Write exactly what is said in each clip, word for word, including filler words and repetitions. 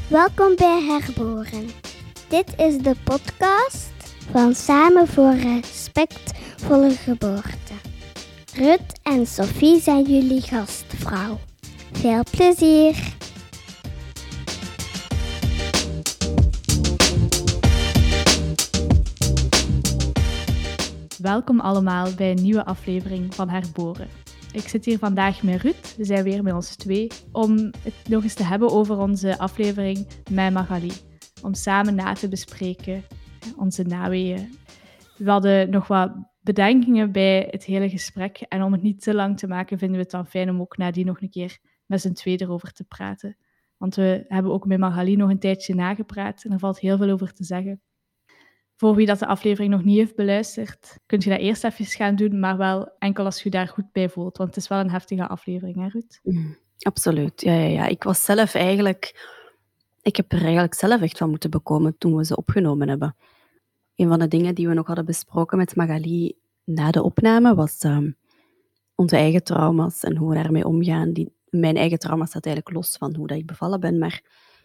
Welkom bij Herboren. Dit is de podcast van Samen voor Respectvolle Geboorte. Ruth en Sophie zijn jullie gastvrouw. Veel plezier! Welkom allemaal bij een nieuwe aflevering van Herboren. Ik zit hier vandaag met Ruth, we zijn weer met ons twee, om het nog eens te hebben over onze aflevering met Magali. Om samen na te bespreken, onze naweeën. We hadden nog wat bedenkingen bij het hele gesprek en om het niet te lang te maken vinden we het dan fijn om ook nadien nog een keer met z'n twee erover te praten. Want we hebben ook met Magali nog een tijdje nagepraat en er valt heel veel over te zeggen. Voor wie dat de aflevering nog niet heeft beluisterd, kun je dat eerst even gaan doen, maar wel enkel als je je daar goed bij voelt. Want het is wel een heftige aflevering, hè Ruth? Mm, absoluut, ja, ja, ja. Ik was zelf eigenlijk... Ik heb er eigenlijk zelf echt van moeten bekomen toen we ze opgenomen hebben. Een van de dingen die we nog hadden besproken met Magali na de opname was um, onze eigen trauma's en hoe we daarmee omgaan. Die, mijn eigen trauma staat eigenlijk los van hoe dat ik bevallen ben, maar...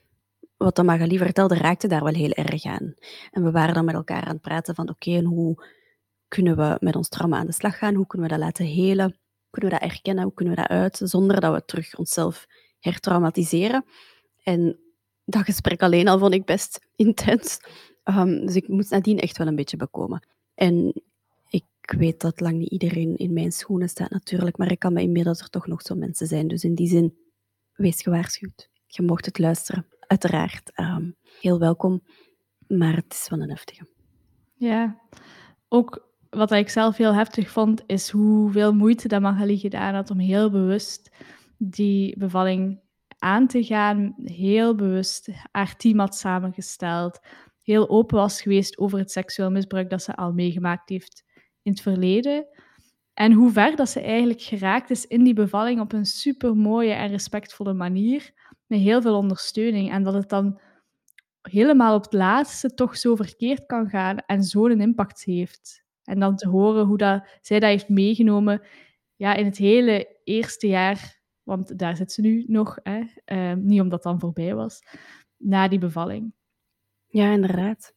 Wat de Magali vertelde, raakte daar wel heel erg aan. En we waren dan met elkaar aan het praten van oké, okay, en hoe kunnen we met ons trauma aan de slag gaan? Hoe kunnen we dat laten helen? Hoe kunnen we dat erkennen? Hoe kunnen we dat uiten? Zonder dat we terug onszelf hertraumatiseren. En dat gesprek alleen al vond ik best intens. Um, dus ik moest nadien echt wel een beetje bekomen. En ik weet dat lang niet iedereen in mijn schoenen staat natuurlijk, maar ik kan me inmiddels dat er toch nog zo mensen zijn. Dus in die zin, wees gewaarschuwd. Je mocht het luisteren. Uiteraard, um, heel welkom, maar het is wel een heftige. Ja, ook wat ik zelf heel heftig vond, is hoeveel moeite dat Magali gedaan had om heel bewust die bevalling aan te gaan, heel bewust haar team had samengesteld, heel open was geweest over het seksueel misbruik dat ze al meegemaakt heeft in het verleden. En hoe ver dat ze eigenlijk geraakt is in die bevalling op een supermooie en respectvolle manier, met heel veel ondersteuning. En dat het dan helemaal op het laatste toch zo verkeerd kan gaan en zo'n impact heeft. En dan te horen hoe dat, zij dat heeft meegenomen ja, in het hele eerste jaar, want daar zit ze nu nog, hè, uh, niet omdat het dan voorbij was, na die bevalling. Ja, inderdaad.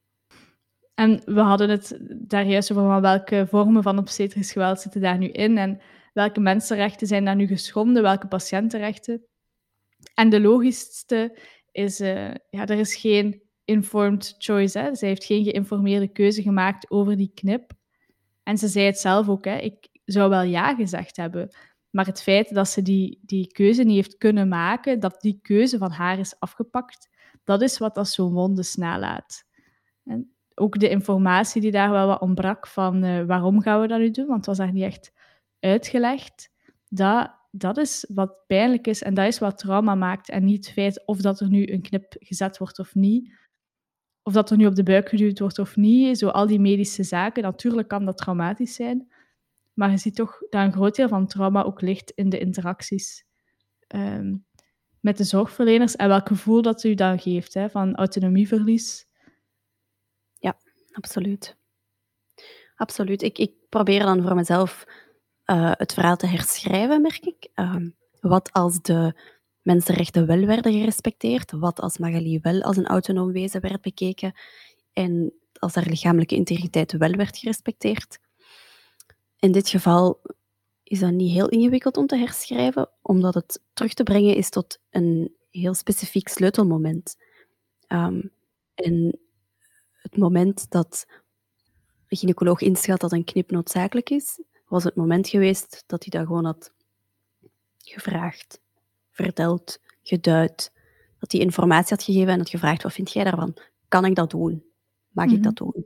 En we hadden het daar juist over van welke vormen van obstetrisch geweld zitten daar nu in en welke mensenrechten zijn daar nu geschonden, welke patiëntenrechten. En de logischste is, uh, ja, er is geen informed choice. Hè. Zij heeft geen geïnformeerde keuze gemaakt over die knip. En ze zei het zelf ook, hè. Ik zou wel ja gezegd hebben. Maar het feit dat ze die, die keuze niet heeft kunnen maken, dat die keuze van haar is afgepakt, dat is wat dat zo'n wondes nalaat. En ook de informatie die daar wel wat ontbrak van uh, waarom gaan we dat nu doen, want het was daar niet echt uitgelegd, dat... Dat is wat pijnlijk is en dat is wat trauma maakt. En niet het feit of dat er nu een knip gezet wordt of niet. Of dat er nu op de buik geduwd wordt of niet. Zo al die medische zaken. Natuurlijk kan dat traumatisch zijn. Maar je ziet toch dat een groot deel van trauma ook ligt in de interacties um, met de zorgverleners. En welk gevoel dat u dan geeft, hè, van autonomieverlies. Ja, absoluut. Absoluut. Ik, ik probeer dan voor mezelf... Uh, het verhaal te herschrijven, merk ik. Uh, wat als de mensenrechten wel werden gerespecteerd, wat als Magali wel als een autonoom wezen werd bekeken en als haar lichamelijke integriteit wel werd gerespecteerd. In dit geval is dat niet heel ingewikkeld om te herschrijven, omdat het terug te brengen is tot een heel specifiek sleutelmoment. Um, en het moment dat de gynaecoloog inschat dat een knip noodzakelijk is, was het moment geweest dat hij dat gewoon had gevraagd, verteld, geduid. Dat hij informatie had gegeven en had gevraagd, wat vind jij daarvan? Kan ik dat doen? Mag mm-hmm. ik dat doen? En,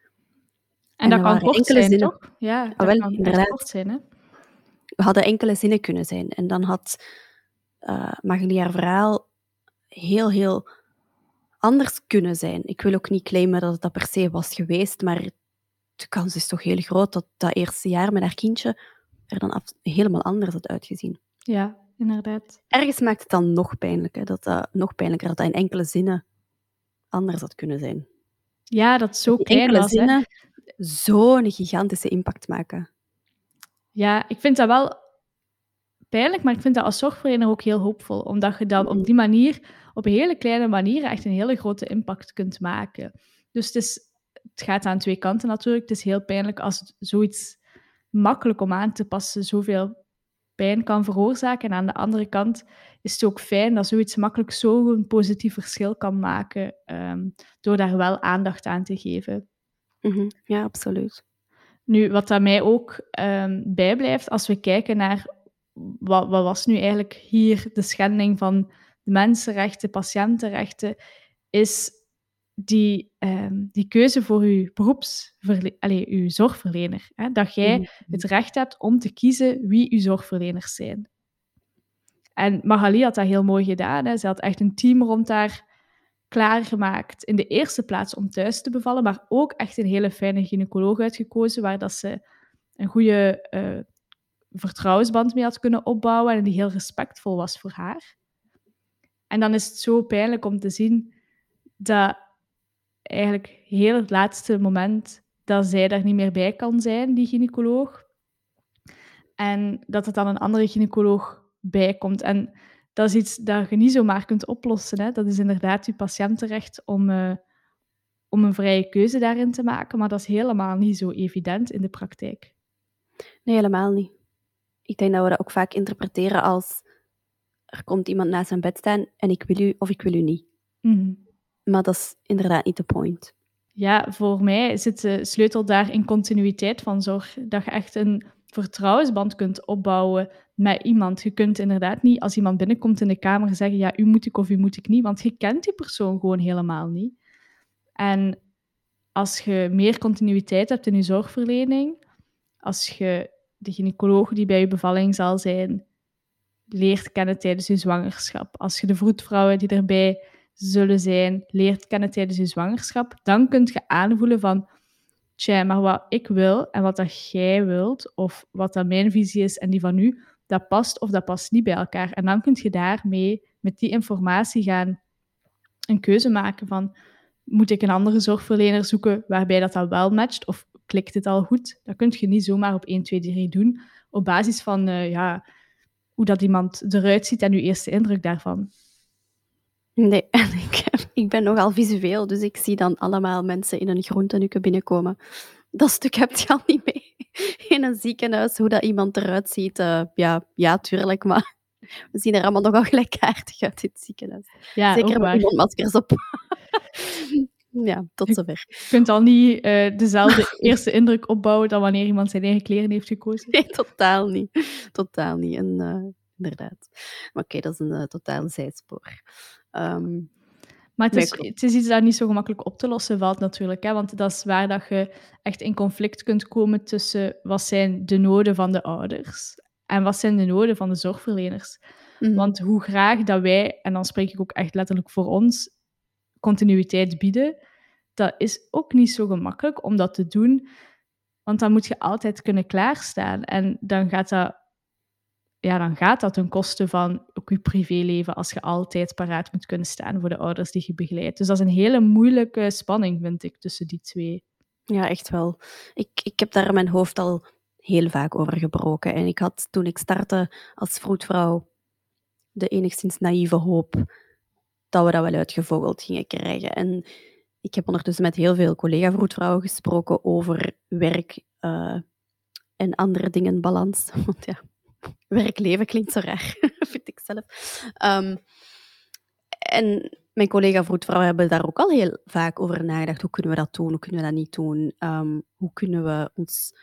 en dat kan kort zijn, zinnen. Toch? Ja, dat ah, wel, kan inderdaad. kort zijn, hè? We hadden enkele zinnen kunnen zijn. En dan had uh, Magali haar verhaal heel, heel anders kunnen zijn. Ik wil ook niet claimen dat het dat per se was geweest, maar de kans is toch heel groot dat dat eerste jaar met haar kindje er dan af, helemaal anders had uitgezien. Ja, inderdaad. Ergens maakt het dan nog pijnlijker, dat dat, nog pijnlijker dat dat in enkele zinnen anders had kunnen zijn. Ja, dat is zo die klein enkele was, zinnen hè? Zo'n gigantische impact maken. Ja, ik vind dat wel pijnlijk, maar ik vind dat als zorgverlener ook heel hoopvol. Omdat je dan op die manier op een hele kleine manier echt een hele grote impact kunt maken. Dus het, is, het gaat aan twee kanten natuurlijk. Het is heel pijnlijk als het zoiets makkelijk om aan te passen zoveel pijn kan veroorzaken. En aan de andere kant is het ook fijn dat zoiets makkelijk zo'n positief verschil kan maken um, door daar wel aandacht aan te geven. Mm-hmm. Ja, absoluut. Nu, wat dat mij ook um, bijblijft, als we kijken naar wat, wat was nu eigenlijk hier de schending van de mensenrechten, patiëntenrechten, is die, um, die keuze voor uw beroepsverle- Allee, uw zorgverlener. Hè? Dat jij Mm-hmm. het recht hebt om te kiezen wie uw zorgverleners zijn. En Magali had dat heel mooi gedaan. Hè? Ze had echt een team rond haar klaargemaakt. In de eerste plaats om thuis te bevallen, maar ook echt een hele fijne gynaecoloog uitgekozen, waar dat ze een goede uh, vertrouwensband mee had kunnen opbouwen en die heel respectvol was voor haar. En dan is het zo pijnlijk om te zien dat eigenlijk heel het laatste moment dat zij daar niet meer bij kan zijn, die gynaecoloog, en dat het dan een andere gynaecoloog bijkomt. En dat is iets dat je niet zomaar kunt oplossen. Hè. Dat is inderdaad je patiëntenrecht om, uh, om een vrije keuze daarin te maken, maar dat is helemaal niet zo evident in de praktijk. Nee, helemaal niet. Ik denk dat we dat ook vaak interpreteren als er komt iemand naast zijn bed staan en ik wil u of ik wil u niet. Mm-hmm. Maar dat is inderdaad niet de point. Ja, voor mij zit de sleutel daar in continuïteit van zorg. Dat je echt een vertrouwensband kunt opbouwen met iemand. Je kunt inderdaad niet, als iemand binnenkomt in de kamer, zeggen, ja, u moet ik of u moet ik niet, want je kent die persoon gewoon helemaal niet. En als je meer continuïteit hebt in je zorgverlening, als je de gynaecoloog die bij je bevalling zal zijn, leert kennen tijdens je zwangerschap, als je de vroedvrouwen die erbij zullen zijn, leert kennen tijdens je zwangerschap, dan kun je aanvoelen van, tja, maar wat ik wil en wat dat jij wilt, of wat dat mijn visie is en die van u, dat past of dat past niet bij elkaar. En dan kun je daarmee, met die informatie gaan een keuze maken van, moet ik een andere zorgverlener zoeken waarbij dat, dat wel matcht, of klikt het al goed? Dat kun je niet zomaar op één, twee, drie doen, op basis van uh, ja, hoe dat iemand eruit ziet en uw eerste indruk daarvan. Nee, ik, ik ben nogal visueel, dus ik zie dan allemaal mensen in een groentenukke binnenkomen. Dat stuk heb je al niet mee. In een ziekenhuis, hoe dat iemand eruit ziet, uh, ja, ja, tuurlijk, maar we zien er allemaal nogal gelijkaardig uit in het ziekenhuis. Ja, zeker met mondmaskers op. Ja, tot zover. Je kunt al niet uh, dezelfde eerste indruk opbouwen dan wanneer iemand zijn eigen kleren heeft gekozen. Nee, totaal niet. Totaal niet, en, uh, inderdaad. Maar oké, okay, dat is een uh, totale zijspoor. Um, maar het is, het is iets dat niet zo gemakkelijk op te lossen valt natuurlijk. Hè? Want dat is waar dat je echt in conflict kunt komen tussen wat zijn de noden van de ouders en wat zijn de noden van de zorgverleners. Mm-hmm. Want hoe graag dat wij, en dan spreek ik ook echt letterlijk voor ons, continuïteit bieden, dat is ook niet zo gemakkelijk om dat te doen. Want dan moet je altijd kunnen klaarstaan. En dan gaat dat... Ja, dan gaat dat ten koste van ook je privéleven als je altijd paraat moet kunnen staan voor de ouders die je begeleidt. Dus dat is een hele moeilijke spanning, vind ik, tussen die twee. Ja, echt wel. Ik, ik heb daar in mijn hoofd al heel vaak over gebroken. En ik had toen ik startte als vroedvrouw de enigszins naïeve hoop dat we dat wel uitgevogeld gingen krijgen. En ik heb ondertussen met heel veel collega-vroedvrouwen gesproken over werk uh, en andere dingen balans. Want ja... werk-leven klinkt zo raar, vind ik zelf. Um, en mijn collega-vroedvrouwen hebben daar ook al heel vaak over nagedacht. Hoe kunnen we dat doen? Hoe kunnen we dat niet doen? Um, hoe kunnen we ons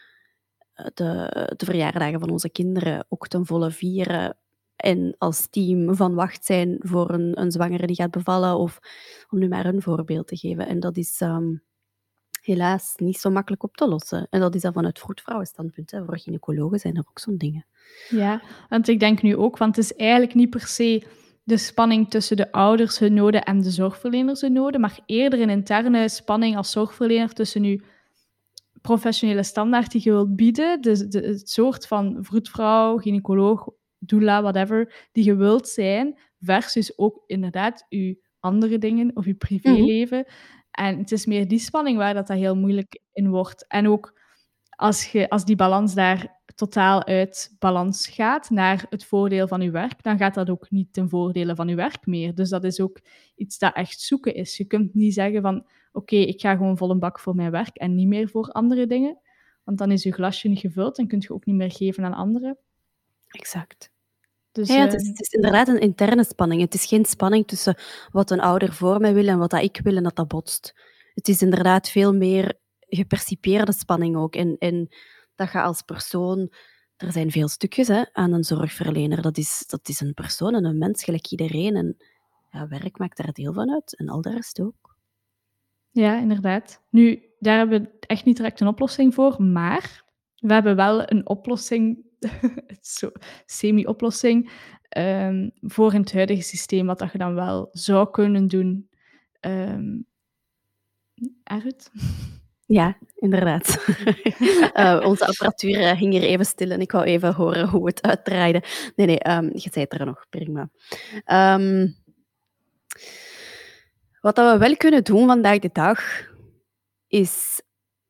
de, de verjaardagen van onze kinderen ook ten volle vieren en als team van wacht zijn voor een, een zwangere die gaat bevallen, of om nu maar een voorbeeld te geven. En dat is... Um, helaas niet zo makkelijk op te lossen. En dat is dan vanuit vroedvrouwenstandpunt. Hè. Voor gynaecologen zijn er ook zo'n dingen. Ja, want ik denk nu ook, want het is eigenlijk niet per se de spanning tussen de ouders hun noden en de zorgverleners hun noden, maar eerder een interne spanning als zorgverlener tussen je professionele standaard die je wilt bieden, de, de, het soort van vroedvrouw, gynaecoloog, doula, whatever, die je wilt zijn, versus ook inderdaad je andere dingen of je privéleven. Mm-hmm. En het is meer die spanning waar dat, dat heel moeilijk in wordt. En ook als, je, als die balans daar totaal uit balans gaat naar het voordeel van je werk, dan gaat dat ook niet ten voordele van je werk meer. Dus dat is ook iets dat echt zoeken is. Je kunt niet zeggen van, oké, okay, ik ga gewoon vol een bak voor mijn werk en niet meer voor andere dingen. Want dan is je glasje niet gevuld en kun je ook niet meer geven aan anderen. Exact. Dus, ja, het, is, uh, het is inderdaad een interne spanning. Het is geen spanning tussen wat een ouder voor mij wil en wat dat ik wil en dat dat botst. Het is inderdaad veel meer gepercipieerde spanning ook. En, en dat je als persoon... Er zijn veel stukjes hè, aan een zorgverlener. Dat is, dat is een persoon en een mens, gelijk iedereen. En ja, werk maakt daar deel van uit. En al de rest ook. Ja, inderdaad. Nu, daar hebben we echt niet direct een oplossing voor, maar we hebben wel een oplossing, zo, semi-oplossing, um, voor het huidige systeem, wat dat je dan wel zou kunnen doen. Um, Arut? Ja, inderdaad. uh, onze apparatuur ging hier even stil en ik wou even horen hoe het uitdraaide. Nee, nee, um, je zei het er nog, prima. Um, wat dat we wel kunnen doen vandaag de dag, is...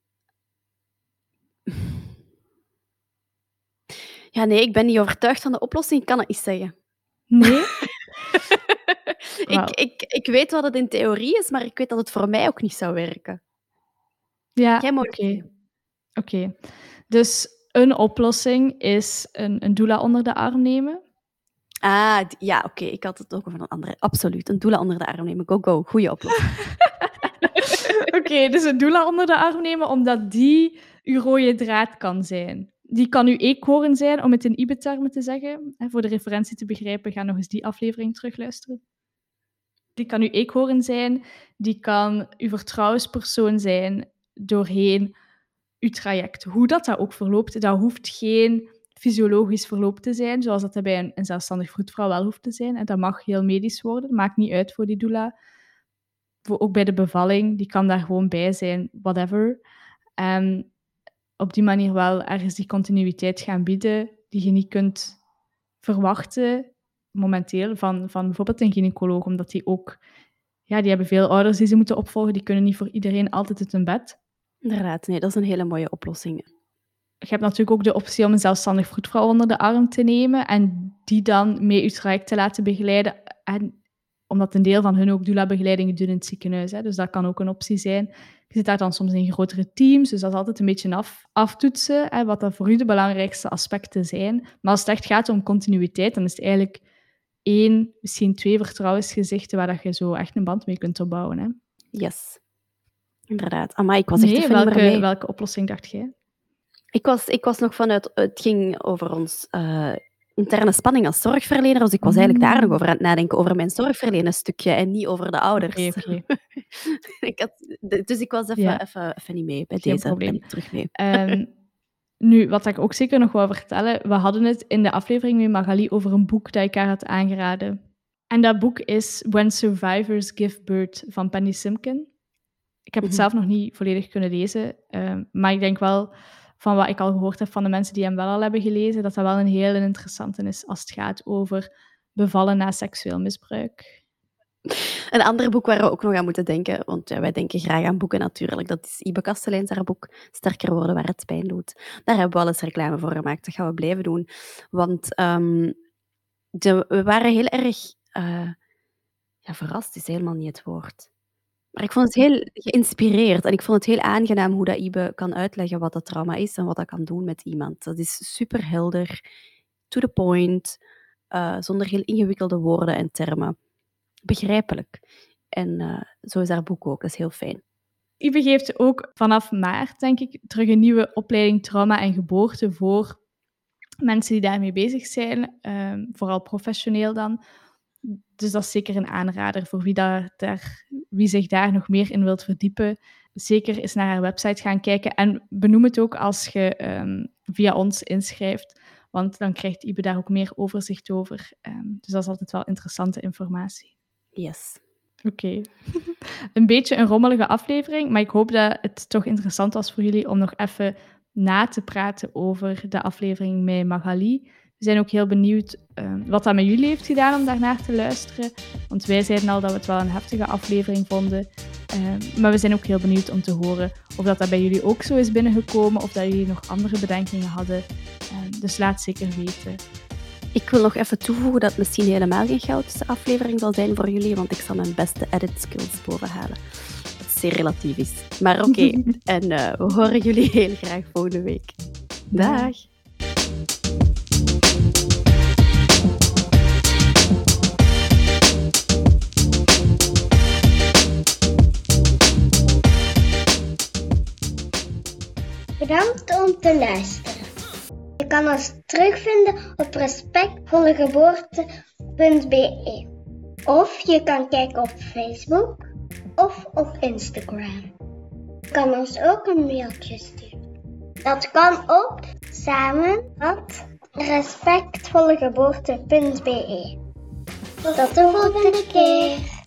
Ja, nee, ik ben niet overtuigd van de oplossing, ik kan het niet zeggen. Nee? ik, ik, ik weet wat het in theorie is, maar ik weet dat het voor mij ook niet zou werken. Ja, oké. Oké. Okay. Dus een oplossing is een, een doula onder de arm nemen. Ah, ja, oké. Okay. Ik had het ook over een andere. Absoluut, een doula onder de arm nemen. Go, go. Goeie oplossing. Oké, okay, dus een doula onder de arm nemen, omdat die uw rode draad kan zijn. Die kan uw eekhoorn zijn, om het in Ibe-termen te zeggen. En voor de referentie te begrijpen, ga nog eens die aflevering terugluisteren. Die kan uw eekhoorn zijn, die kan uw vertrouwenspersoon zijn doorheen uw traject. Hoe dat, dat ook verloopt, dat hoeft geen fysiologisch verloop te zijn, zoals dat bij een, een zelfstandig vroedvrouw wel hoeft te zijn. En dat mag heel medisch worden, maakt niet uit voor die doula. Voor, ook bij de bevalling, die kan daar gewoon bij zijn, whatever. En op die manier wel ergens die continuïteit gaan bieden die je niet kunt verwachten momenteel van, van bijvoorbeeld een gynaecoloog, omdat die ook... Ja, die hebben veel ouders die ze moeten opvolgen, die kunnen niet voor iedereen altijd uit hun bed. Inderdaad, nee, dat is een hele mooie oplossing. Je hebt natuurlijk ook de optie om een zelfstandig vroedvrouw onder de arm te nemen en die dan mee je traject te laten begeleiden. En omdat een deel van hun ook doula-begeleidingen doen in het ziekenhuis. Hè. Dus dat kan ook een optie zijn. Je zit daar dan soms in grotere teams, dus dat is altijd een beetje af, aftoetsen, hè, wat dat voor u de belangrijkste aspecten zijn. Maar als het echt gaat om continuïteit, dan is het eigenlijk één, misschien twee vertrouwensgezichten waar dat je zo echt een band mee kunt opbouwen. Hè. Yes. Inderdaad. Amai, ik was echt nee, even welke, niet meer mee. welke oplossing dacht jij? Ik was, ik was nog vanuit... Het ging over ons uh, interne spanning als zorgverlener, dus ik was eigenlijk daar nog over aan het nadenken, over mijn zorgverlenerstukje en niet over de ouders. Okay, okay. ik had, dus ik was even, ja. even, even niet mee bij Geen deze. probleem. Ben ik terug mee. Um, nu, wat ik ook zeker nog wou vertellen, we hadden het in de aflevering met Magali over een boek dat ik haar had aangeraden. En dat boek is When Survivors Give Birth van Penny Simkin. Ik heb het Mm-hmm. zelf nog niet volledig kunnen lezen, um, maar ik denk wel van wat ik al gehoord heb van de mensen die hem wel al hebben gelezen, dat dat wel een heel interessante is als het gaat over bevallen na seksueel misbruik. Een ander boek waar we ook nog aan moeten denken, want ja, wij denken graag aan boeken natuurlijk, dat is Ibe Kasteleins haar boek Sterker worden waar het pijn doet. Daar hebben we al eens reclame voor gemaakt, dat gaan we blijven doen. Want um, de, we waren heel erg uh, ja, verrast, is helemaal niet het woord. Maar ik vond het heel geïnspireerd en ik vond het heel aangenaam hoe dat Ibe kan uitleggen wat dat trauma is en wat dat kan doen met iemand. Dat is super helder, to the point, uh, zonder heel ingewikkelde woorden en termen. Begrijpelijk. En uh, zo is haar boek ook, dat is heel fijn. Ibe geeft ook vanaf maart, denk ik, terug een nieuwe opleiding trauma en geboorte voor mensen die daarmee bezig zijn, um, vooral professioneel dan. Dus dat is zeker een aanrader voor wie, daar, daar, wie zich daar nog meer in wilt verdiepen. Zeker eens naar haar website gaan kijken en benoem het ook als je um, via ons inschrijft, want dan krijgt Ibe daar ook meer overzicht over. Um, dus dat is altijd wel interessante informatie. Yes. Oké. Okay. Een beetje een rommelige aflevering, maar ik hoop dat het toch interessant was voor jullie om nog even na te praten over de aflevering met Magali. We zijn ook heel benieuwd uh, wat dat met jullie heeft gedaan om daarnaar te luisteren. Want wij zeiden al dat we het wel een heftige aflevering vonden. Uh, maar we zijn ook heel benieuwd om te horen of dat, dat bij jullie ook zo is binnengekomen. Of dat jullie nog andere bedenkingen hadden. Uh, dus laat zeker weten. Ik wil nog even toevoegen dat het misschien helemaal geen goudse aflevering zal zijn voor jullie, want ik zal mijn beste edit skills bovenhalen. Wat zeer relatief is. Maar oké, okay. en uh, we horen jullie heel graag volgende week. Dag! Bedankt om te luisteren. Je kan ons terugvinden op respectvollegeboorte punt b e. Of je kan kijken op Facebook of op Instagram. Je kan ons ook een mailtje sturen. Dat kan op samen at respectvollegeboorte punt b e. Tot de volgende keer.